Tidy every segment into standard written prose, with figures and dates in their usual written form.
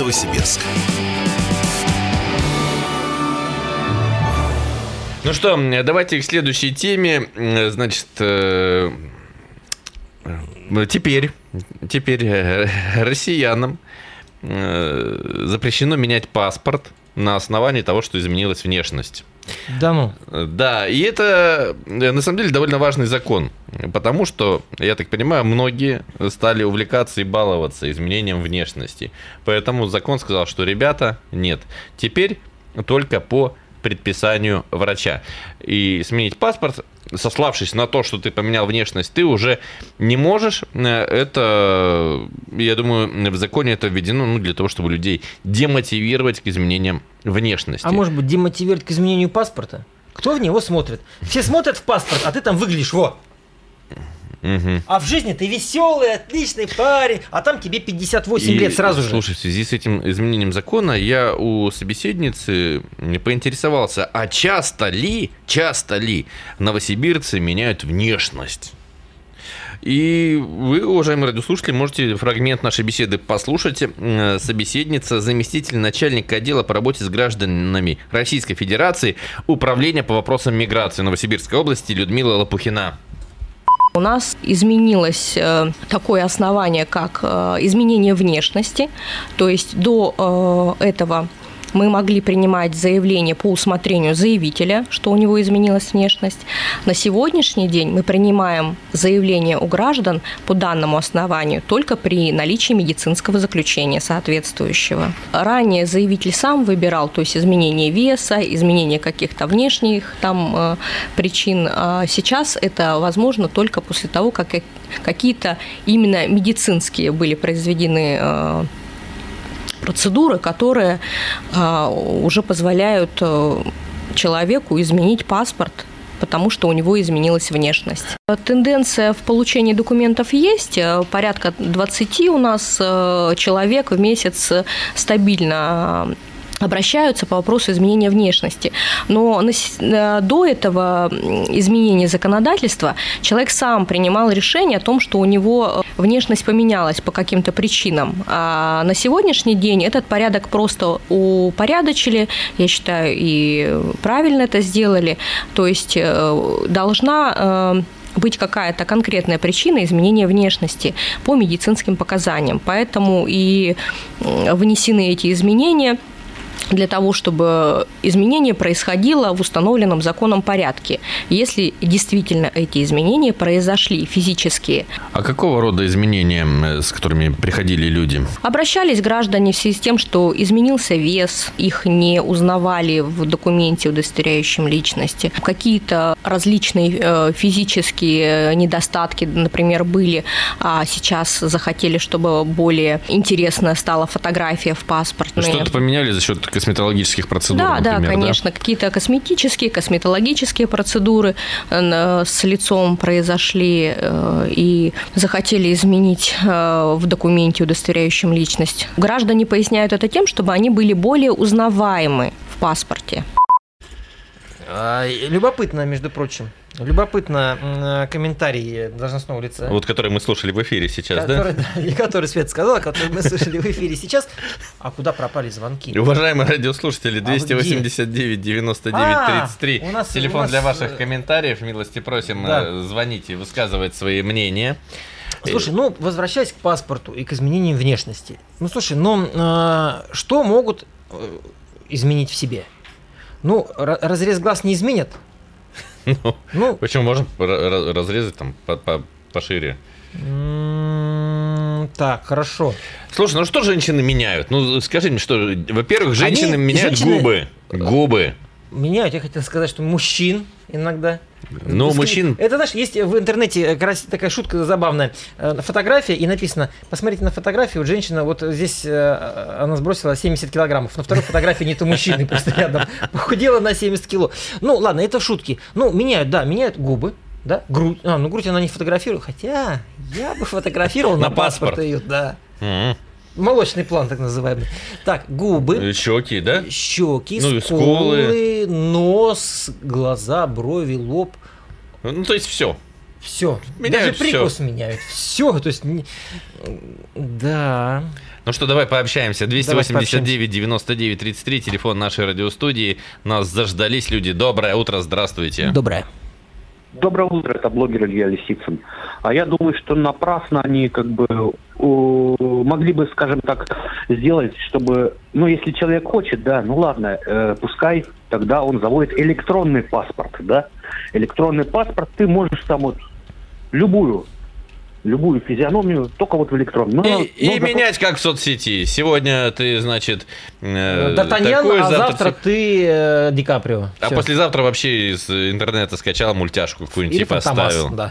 Новосибирск. Ну что, давайте к следующей теме. Значит, теперь россиянам запрещено менять паспорт на основании того, что изменилась внешность. Да ну. Да, и это, на самом деле, довольно важный закон, потому что, я так понимаю, многие стали увлекаться и баловаться изменением внешности. Поэтому закон сказал, что, ребята, нет, теперь только по предписанию врача. И сменить паспорт, сославшись на то, что ты поменял внешность, ты уже не можешь. Это, я думаю, в законе это введено для того, чтобы людей демотивировать к изменениям внешности. А может быть, демотивировать к изменению паспорта? Кто в него смотрит? Все смотрят в паспорт, а ты там выглядишь, Угу. А в жизни ты веселый, отличный парень, а там тебе 58 лет сразу же. Слушай, в связи с этим изменением закона я у собеседницы поинтересовался, а часто ли новосибирцы меняют внешность? И вы, уважаемые радиослушатели, можете фрагмент нашей беседы послушать. Собеседница, заместитель начальника отдела по работе с гражданами Российской Федерации, Управления по вопросам миграции Новосибирской области Людмила Лопухина. У нас изменилось такое основание, как изменение внешности, то есть до этого мы могли принимать заявление по усмотрению заявителя, что у него изменилась внешность. На сегодняшний день мы принимаем заявление у граждан по данному основанию только при наличии медицинского заключения соответствующего. Ранее заявитель сам выбирал, то есть изменение веса, изменение каких-то внешних причин. А сейчас это возможно только после того, как какие-то именно медицинские были произведены процедуры, которые уже позволяют человеку изменить паспорт, потому что у него изменилась внешность. Тенденция в получении документов есть. Порядка 20 у нас человек в месяц стабильно обращаются по вопросу изменения внешности. Но до этого изменения законодательства человек сам принимал решение о том, что у него внешность поменялась по каким-то причинам. А на сегодняшний день этот порядок просто упорядочили, я считаю, и правильно это сделали. То есть должна быть какая-то конкретная причина изменения внешности по медицинским показаниям. Поэтому и внесены эти изменения для того, чтобы изменение происходило в установленном законом порядке, если действительно эти изменения произошли физические. А какого рода изменения, с которыми приходили люди? Обращались граждане в связи с тем, что изменился вес, их не узнавали в документе, удостоверяющем личности. Какие-то различные физические недостатки, например, были, а сейчас захотели, чтобы более интересная стала фотография в паспорте. Что-то поменяли за счет косметологических процедур, например, да, конечно. Какие-то косметические, косметологические процедуры с лицом произошли и захотели изменить в документе, удостоверяющем личность. Граждане поясняют это тем, чтобы они были более узнаваемы в паспорте. Любопытно, между прочим. Любопытно комментарий должностного лица. Вот который мы слушали в эфире сейчас, да? Который Света сказала, который мы слушали в эфире сейчас. А куда пропали звонки? Уважаемые радиослушатели, 289-99-33. Телефон для ваших комментариев. Милости просим, звоните, высказывать свои мнения. Слушай, возвращаясь к паспорту и к изменениям внешности. Что могут изменить в себе? Разрез глаз не изменят. Почему можно разрезать там пошире? Так, хорошо. Слушай, что женщины меняют? Скажи мне, что, во-первых, женщины меняют губы. Меняют, я хотел сказать, что мужчин иногда. Мужчин... Это, знаешь, есть в интернете как раз такая шутка забавная. Фотография, и написано, посмотрите на фотографию, женщина, вот здесь она сбросила 70 килограммов, на второй фотографии нету мужчины просто рядом, похудела на 70 кило. Ладно, это шутки. Меняют губы, да, грудь. Грудь она не фотографирует, хотя я бы фотографировал на паспорт ее, да. Молочный план, так называемый. Так, губы. Щеки, да? Щеки, скулы, нос, глаза, брови, лоб. То есть все. Все. Меняют Даже прикус меняют. Все. То есть, да. Ну что, давай пообщаемся. 289-99-33, телефон нашей радиостудии. Нас заждались люди. Доброе утро, здравствуйте. Доброе. Доброе утро, это блогер Илья Лисицын. А я думаю, что напрасно они могли бы, скажем так, сделать, чтобы, если человек хочет, да, ладно, пускай тогда он заводит электронный паспорт, да. Электронный паспорт, ты можешь там любую физиономию, только в электронном. И менять как в соцсети. Сегодня ты, значит, Д'Артаньян, такой, завтра ты Ди Каприо. А послезавтра вообще из интернета скачал мультяшку какую-нибудь и поставил. Да.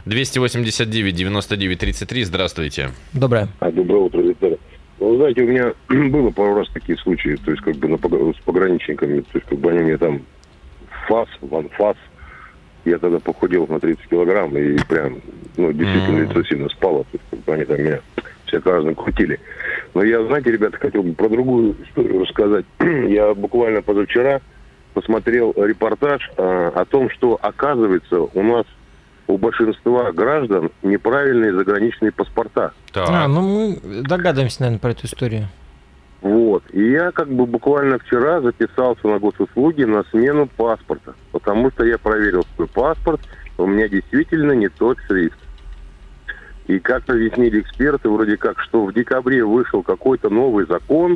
289-99-33, здравствуйте. Доброе. Доброе утро, Виктор. Вы знаете, у меня было пару раз такие случаи, то есть с пограничниками, то есть они мне там ФАС. Я тогда похудел на 30 килограмм и прям, действительно лицо сильно спало. То есть, они там меня всяко разно крутили. Но я, знаете, ребята, хотел бы про другую историю рассказать. Я буквально позавчера посмотрел репортаж о том, что, оказывается, у нас у большинства граждан неправильные заграничные паспорта. Мы догадываемся, наверное, про эту историю. Вот. И я буквально вчера записался на госуслуги на смену паспорта. Потому что я проверил свой паспорт, у меня действительно не тот шрифт. И как объяснили эксперты, вроде как, что в декабре вышел какой-то новый закон,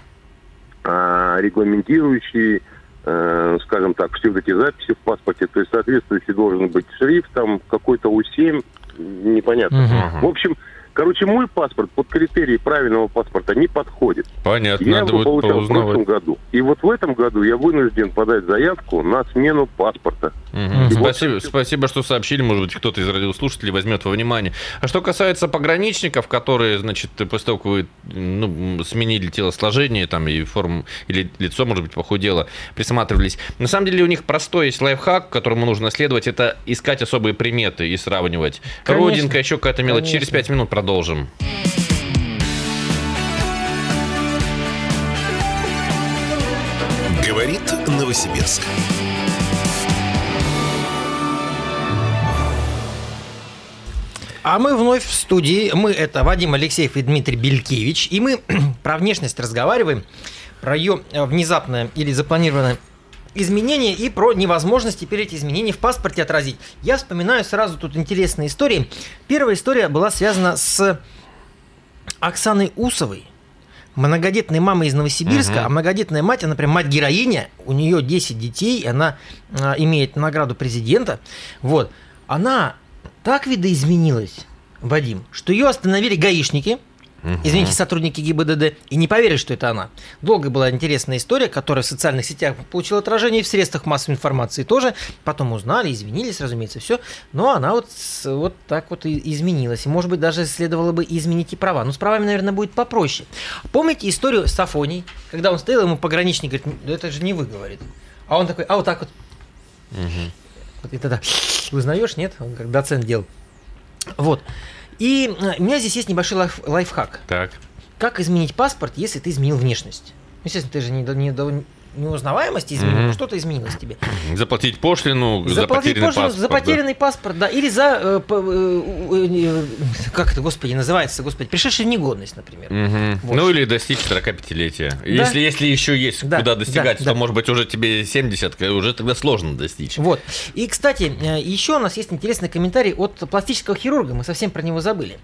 регламентирующий, скажем так, все вот эти записи в паспорте. То есть соответствующий должен быть шрифт, там какой-то У7, непонятно. В общем, мой паспорт под критерии правильного паспорта не подходит. Понятно, я надо его будет получал в прошлом поузнавать. году. И вот в этом году я вынужден подать заявку на смену паспорта. Спасибо, что сообщили. Может быть, кто-то из радиослушателей возьмет во внимание. А что касается пограничников, которые, значит, после того, как вы сменили телосложение, там, и форму, или лицо, может быть, похудело, присматривались. На самом деле у них простой есть лайфхак, которому нужно следовать, это искать особые приметы и сравнивать. Конечно. Родинка, еще какая-то мелочь. Конечно. Через 5 минут продолжим. Говорит Новосибирск. А мы вновь в студии. Мы это Вадим Алексеев и Дмитрий Белькевич. И мы про внешность разговариваем, про ее внезапное или запланированное изменение и про невозможность теперь эти изменения в паспорте отразить. Я вспоминаю сразу тут интересные истории. Первая история была связана с Оксаной Усовой, многодетной мамой из Новосибирска. А многодетная мать, она прям мать-героиня, у нее 10 детей, она имеет награду президента. Вот. Она так видоизменилась, Вадим, что ее остановили гаишники, извините, сотрудники ГИБДД, и не поверили, что это она. Долго была интересная история, которая в социальных сетях получила отражение, и в средствах массовой информации тоже. Потом узнали, извинились, разумеется, все. Но она вот так вот и изменилась. И, может быть, даже следовало бы изменить и права. Но с правами, наверное, будет попроще. Помните историю с Афоней, когда он стоял, ему пограничник говорит, это же не вы, говорит. А он такой, вот так вот. Вот и тогда, узнаешь, нет? Он как доцент делал. Вот. И у меня здесь есть небольшой лайфхак. Так. Как изменить паспорт, если ты изменил внешность? Естественно, ты же неузнаваемость изменил, что-то изменилось тебе. Заплатить пошлину за потерянный паспорт. За потерянный паспорт, да. Или за, как это, господи, называется, пришедшая в негодность, например. Вот. Ну, или достичь 45-летия. Да? Если еще есть куда достигать, то, может быть, уже тебе 70, уже тогда сложно достичь. Вот. И, кстати, еще у нас есть интересный комментарий от пластического хирурга, мы совсем про него забыли.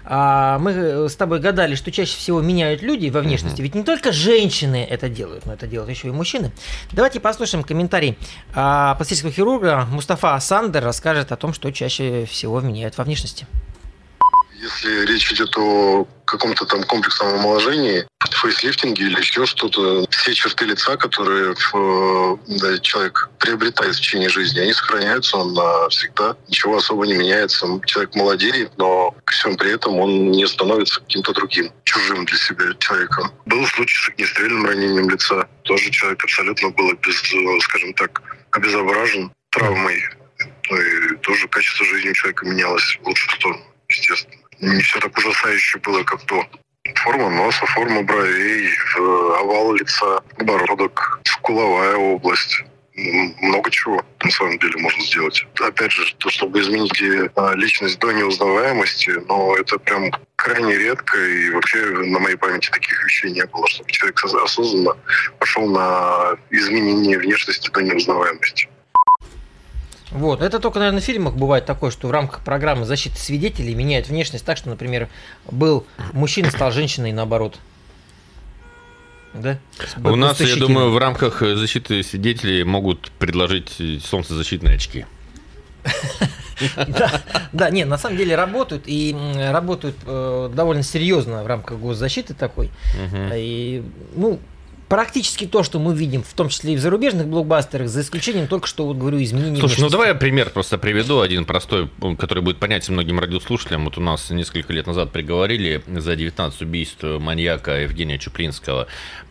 Мы с тобой гадали, что чаще всего меняют люди во внешности, ведь не только женщины это делают, но это делают еще и мужчины. Давайте послушаем комментарий пластического хирурга. Мустафа Сандер расскажет о том, что чаще всего меняют во внешности. Если речь идет о каком-то там комплексном омоложении, фейслифтинге или еще что-то, все черты лица, которые человек приобретает в течение жизни, они сохраняются навсегда. Ничего особо не меняется. Человек молодеет, но при всем при этом он не становится каким-то другим, чужим для себя человеком. Был случай с огнестрельным ранением лица. Тоже человек абсолютно был обезображен травмой. И тоже качество жизни у человека менялось в лучшую сторону, естественно. Не все так ужасающе было, как то. Форма носа, форма бровей, овал лица, подбородок, скуловая область. много чего на самом деле можно сделать. Опять же, чтобы изменить личность до неузнаваемости, но это прям крайне редко, и вообще на моей памяти таких вещей не было, чтобы человек осознанно пошел на изменение внешности до неузнаваемости. Вот, это только, наверное, в фильмах бывает такое, что в рамках программы защиты свидетелей меняют внешность так, что, например, был мужчина, стал женщиной и наоборот. Да? У нас, я думаю, в рамках защиты свидетелей могут предложить солнцезащитные очки. Да, нет, на самом деле работают, и работают довольно серьезно в рамках госзащиты такой. И, ну, практически то, что мы видим, в том числе и в зарубежных блокбастерах, за исключением только что, вот говорю, изменений. Слушай, ну давай я пример просто приведу, один простой, который будет понятен многим радиослушателям. Вот у нас несколько лет назад приговорили за 19 убийств маньяка Евгения Чуплинского.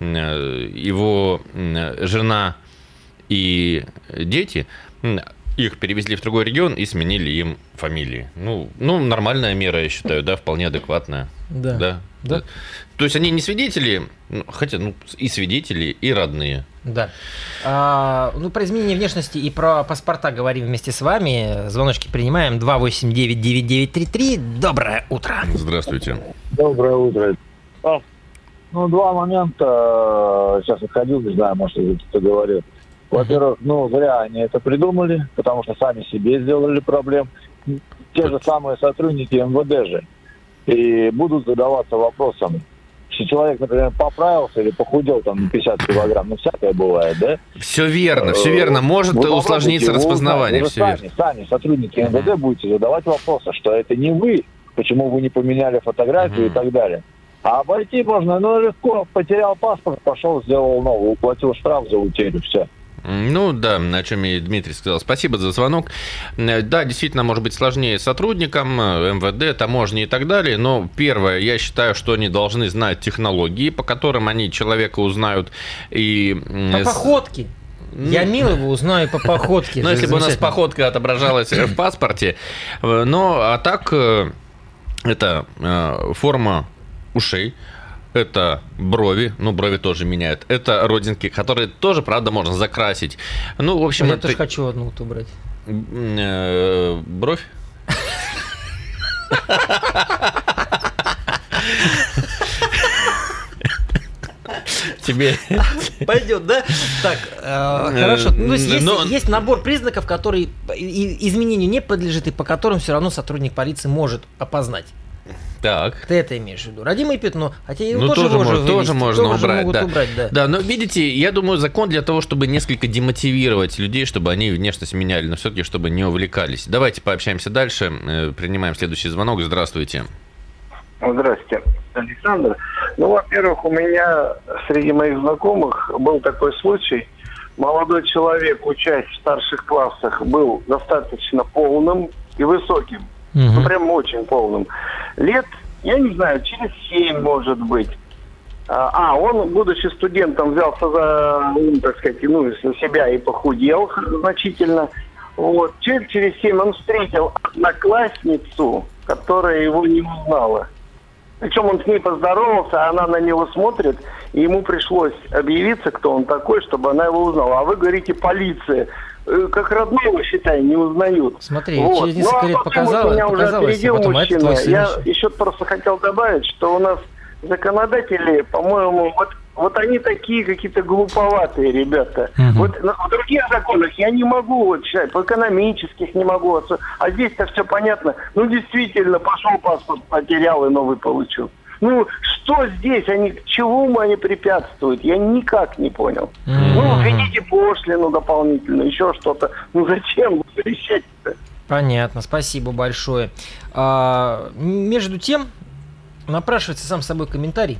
Его жена и дети, их перевезли в другой регион и сменили им фамилии. Ну, нормальная мера, я считаю, да, вполне адекватная. Да. То есть они не свидетели, хотя, и свидетели, и родные. Да. Про изменение внешности и про паспорта говорим вместе с вами. Звоночки принимаем. 289-9933. Доброе утро. Здравствуйте. Доброе утро. Два момента. Сейчас отходил, не знаю, может, кто-то говорил. Во-первых, зря они это придумали, потому что сами себе сделали проблем. Те же самые сотрудники МВД же. И будут задаваться вопросом, если человек, например, поправился или похудел там на 50 килограмм, всякое бывает, да? Все верно. Может усложниться распознавание. Сами сотрудники МВД будете задавать вопросы, что это не вы, почему вы не поменяли фотографию и так далее. А обойти можно, легко. Потерял паспорт, пошел, сделал новый, уплатил штраф за утерю, все. Ну да, о чем и Дмитрий сказал. Спасибо за звонок. Да, действительно, может быть сложнее сотрудникам МВД, таможни и так далее, но первое, я считаю, что они должны знать технологии, по которым они человека узнают. И по походке. Я милого узнаю по походке. Ну, если бы у нас походка отображалась в паспорте. А так, это форма ушей. Это брови, брови тоже меняют. Это родинки, которые тоже, правда, можно закрасить. В общем... Я тоже хочу одну вот убрать. Бровь? Тебе... Пойдет, да? Так, хорошо. Есть набор признаков, который изменению не подлежит, и по которым все равно сотрудник полиции может опознать. Так. Ты это имеешь в виду? Родимое пятно, хотя его тоже можно убрать. Убрать. Да, но видите, я думаю, закон для того, чтобы несколько демотивировать людей, чтобы они внешность меняли, но все-таки чтобы не увлекались. Давайте пообщаемся дальше. Принимаем следующий звонок. Здравствуйте. Здравствуйте, Александр. Во-первых, у меня среди моих знакомых был такой случай. Молодой человек, учась в старших классах, был достаточно полным и высоким. Прям очень полным. Лет, я не знаю, через 7, может быть. Он, будучи студентом, взялся за себя и похудел значительно. Вот. Через 7 он встретил одноклассницу, которая его не узнала. Причем он с ней поздоровался, а она на него смотрит, и ему пришлось объявиться, кто он такой, чтобы она его узнала. А вы говорите, полиция. Как родного, считай, не узнают. Смотри, через несколько лет показалось, меня уже опередил потом мужчина. Я еще просто хотел добавить, что у нас законодатели, по-моему, вот они такие какие-то глуповатые ребята. Вот в других законах я не могу читать, по экономических не могу. А здесь-то все понятно. Действительно, пошел паспорт, потерял и новый получил. Что здесь? К чему они препятствуют? Я никак не понял. Введите пошлину дополнительно, еще что-то. Зачем запрещать-то? Понятно, спасибо большое. Между тем, напрашивается сам собой комментарий.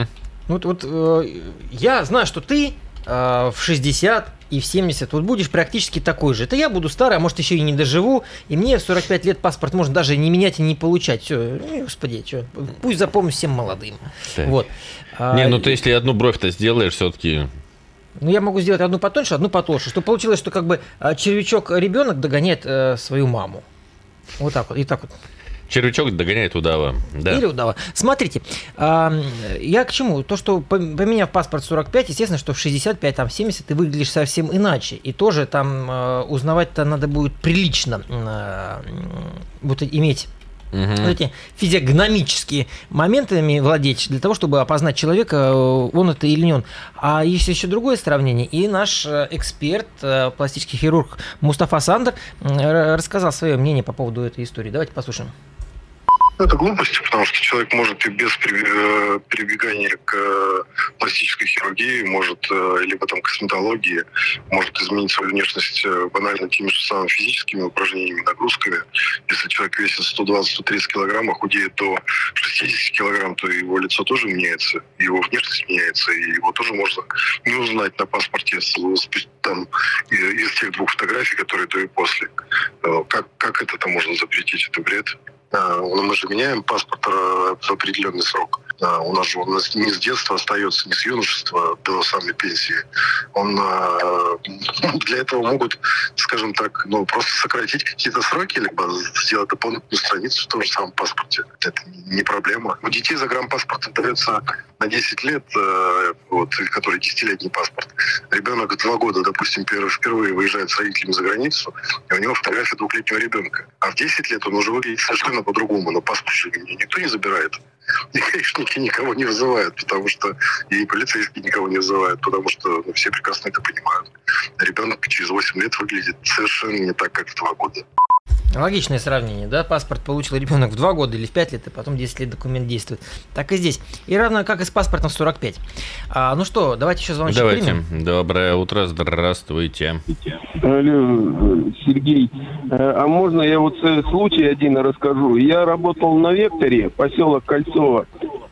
Я знаю, что ты в 60 и в 70 будешь практически такой же. Это я буду старый, а может еще и не доживу, и мне в 45 лет паспорт можно даже не менять и не получать. Все, господи, пусть запомню всем молодым. Так. Вот. Ты если одну бровь-то сделаешь, все-таки... Я могу сделать одну потоньше, одну потолще. Что получилось, что червячок-ребенок догоняет свою маму. Вот так вот. И так вот. Червячок догоняет удава. Да. Или удава. Смотрите, я к чему? То, что поменяв паспорт в 45, естественно, что в 65, там, 70 ты выглядишь совсем иначе. И тоже там узнавать-то надо будет прилично вот иметь вот эти физиогномические моментами владеть для того, чтобы опознать человека, он это или не он. А есть еще другое сравнение. И наш эксперт, пластический хирург Мустафа Сандер рассказал свое мнение по поводу этой истории. Давайте послушаем. Это глупости, потому что человек может и без прибегания к пластической хирургии, может, либо там косметологии, может изменить свою внешность банально теми же самыми физическими упражнениями, нагрузками. Если человек весит 120-130 килограмм, а худеет до 60 килограмм, то его лицо тоже меняется, его внешность меняется, и его тоже можно не узнать на паспорте там, из тех двух фотографий, которые до и после. Как это там можно запретить? Это бред. Но мы же меняем паспорт в определенный срок. У нас же он не с детства остается, не с юношества до самой пенсии. Он для этого могут, скажем так, просто сократить какие-то сроки, либо сделать дополнительную страницу в том же самом паспорте. Это не проблема. У детей загранпаспорт дается на 10 лет, который 10-летний паспорт. Ребенок 2 года, допустим, впервые выезжает с родителями за границу, и у него фотография 2-летнего ребенка. А в 10 лет он уже выглядит совершенно по-другому, но паспорт же никто не забирает. И гаишники никого не вызывают, потому что и полицейские никого не вызывают, потому что все прекрасно это понимают. Ребенок через 8 лет выглядит совершенно не так, как в 2 года. Логичное сравнение, да? Паспорт получил ребенок в 2 года или в 5 лет, и потом 10 лет документ действует. Так и здесь. И равно как и с паспортом в 45. Ну что, давайте еще звоночек примем. Доброе утро, здравствуйте. Алло, Сергей, а можно я вот случай один расскажу? Я работал на Векторе, поселок Кольцово.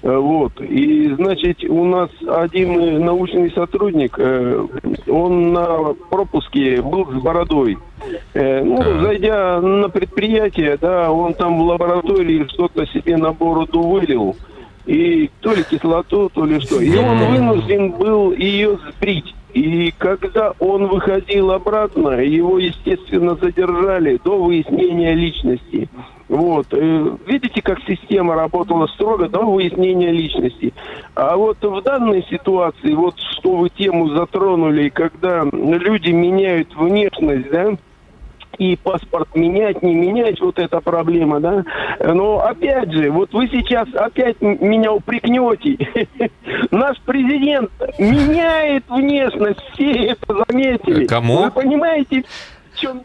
И, значит, у нас один научный сотрудник, он на пропуске был с бородой. Зайдя на предприятие, он там в лаборатории что-то себе на бороду вылил. И то ли кислоту, то ли что. И он вынужден был ее сбрить. И когда он выходил обратно, его, естественно, задержали до выяснения личности. Видите, как система работала строго до выяснения личности. А вот в данной ситуации, что вы тему затронули, когда люди меняют внешность, и паспорт менять, не менять, эта проблема, да. Но опять же, вы сейчас опять меня упрекнете. Наш президент меняет внешность, все это заметили. Кому? Вы понимаете, в чем...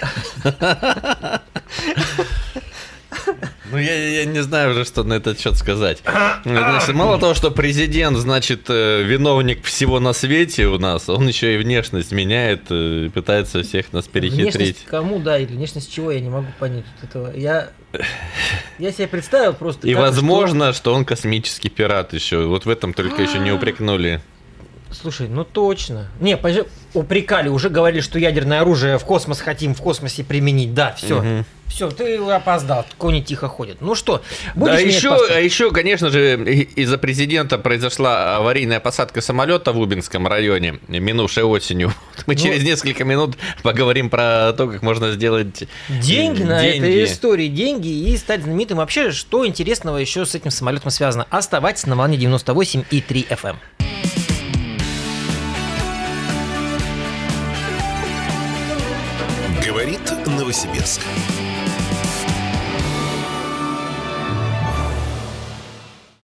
Я не знаю уже, что на этот счет сказать. Значит, мало того, что президент, значит, виновник всего на свете у нас, он еще и внешность меняет, пытается всех нас перехитрить. Внешность кому, или внешность чего, я не могу понять этого. Я себе представил просто... И возможно, что он космический пират еще. В этом только еще не упрекнули. Слушай, точно. Не, упрекали, уже говорили, что ядерное оружие в космос хотим в космосе применить. Да, все. Угу. Все, ты опоздал, кони тихо ходят. Ну что, будешь менять паспорт? А еще, конечно же, из-за президента произошла аварийная посадка самолета в Убинском районе, минувшей осенью. Мы через несколько минут поговорим про то, как можно сделать деньги на этой истории, деньги и стать знаменитым. Вообще, что интересного еще с этим самолетом связано? Оставайтесь на волне 98,3 FM. Говорит Новосибирск.